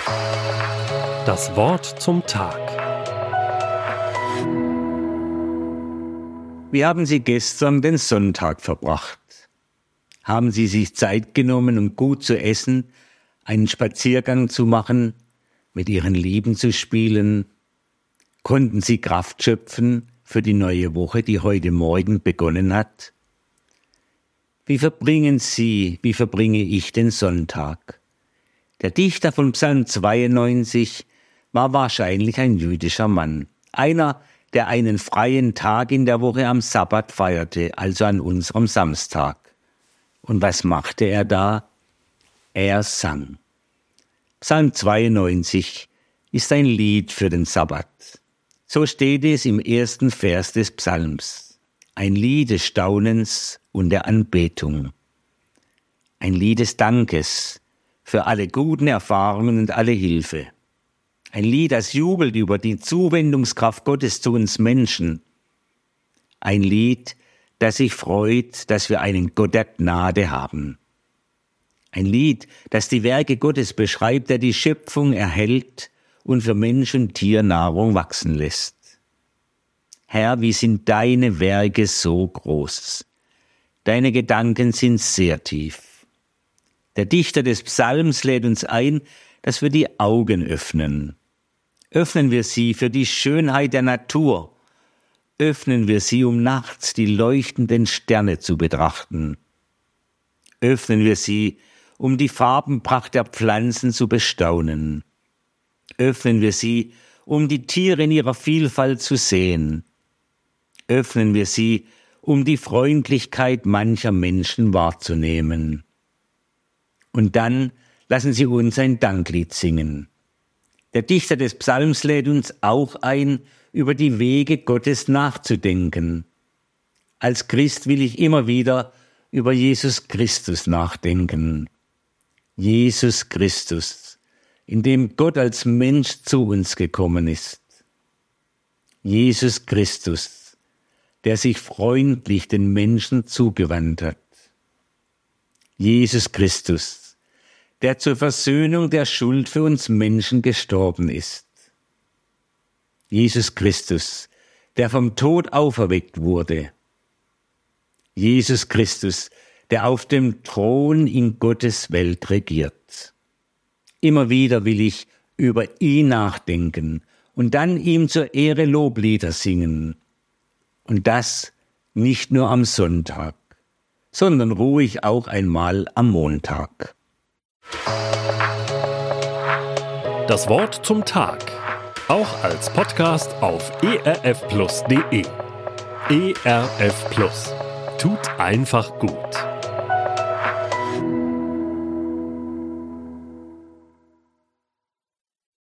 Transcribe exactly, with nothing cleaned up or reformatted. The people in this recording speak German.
Das Wort zum Tag. Wie haben Sie gestern den Sonntag verbracht? Haben Sie sich Zeit genommen, um gut zu essen, einen Spaziergang zu machen, mit Ihren Lieben zu spielen? Konnten Sie Kraft schöpfen für die neue Woche, die heute Morgen begonnen hat? Wie verbringen Sie, wie verbringe ich den Sonntag? Der Dichter von Psalm zweiundneunzig war wahrscheinlich ein jüdischer Mann. Einer, der einen freien Tag in der Woche am Sabbat feierte, also an unserem Samstag. Und was machte er da? Er sang. Psalm zweiundneunzig ist ein Lied für den Sabbat. So steht es im ersten Vers des Psalms. Ein Lied des Staunens und der Anbetung. Ein Lied des Dankes für alle guten Erfahrungen und alle Hilfe. Ein Lied, das jubelt über die Zuwendungskraft Gottes zu uns Menschen. Ein Lied, das sich freut, dass wir einen Gott der Gnade haben. Ein Lied, das die Werke Gottes beschreibt, der die Schöpfung erhält und für Mensch und Tier Nahrung wachsen lässt. Herr, wie sind deine Werke so groß? Deine Gedanken sind sehr tief. Der Dichter des Psalms lädt uns ein, dass wir die Augen öffnen. Öffnen wir sie für die Schönheit der Natur. Öffnen wir sie, um nachts die leuchtenden Sterne zu betrachten. Öffnen wir sie, um die Farbenpracht der Pflanzen zu bestaunen. Öffnen wir sie, um die Tiere in ihrer Vielfalt zu sehen. Öffnen wir sie, um die Freundlichkeit mancher Menschen wahrzunehmen. Und dann lassen Sie uns ein Danklied singen. Der Dichter des Psalms lädt uns auch ein, über die Wege Gottes nachzudenken. Als Christ will ich immer wieder über Jesus Christus nachdenken. Jesus Christus, in dem Gott als Mensch zu uns gekommen ist. Jesus Christus, der sich freundlich den Menschen zugewandt hat. Jesus Christus, der zur Versöhnung der Schuld für uns Menschen gestorben ist. Jesus Christus, der vom Tod auferweckt wurde. Jesus Christus, der auf dem Thron in Gottes Welt regiert. Immer wieder will ich über ihn nachdenken und dann ihm zur Ehre Loblieder singen. Und das nicht nur am Sonntag, sondern ruhig auch einmal am Montag. Das Wort zum Tag. Auch als Podcast auf e r f plus punkt d e. E R F Plus. Tut einfach gut.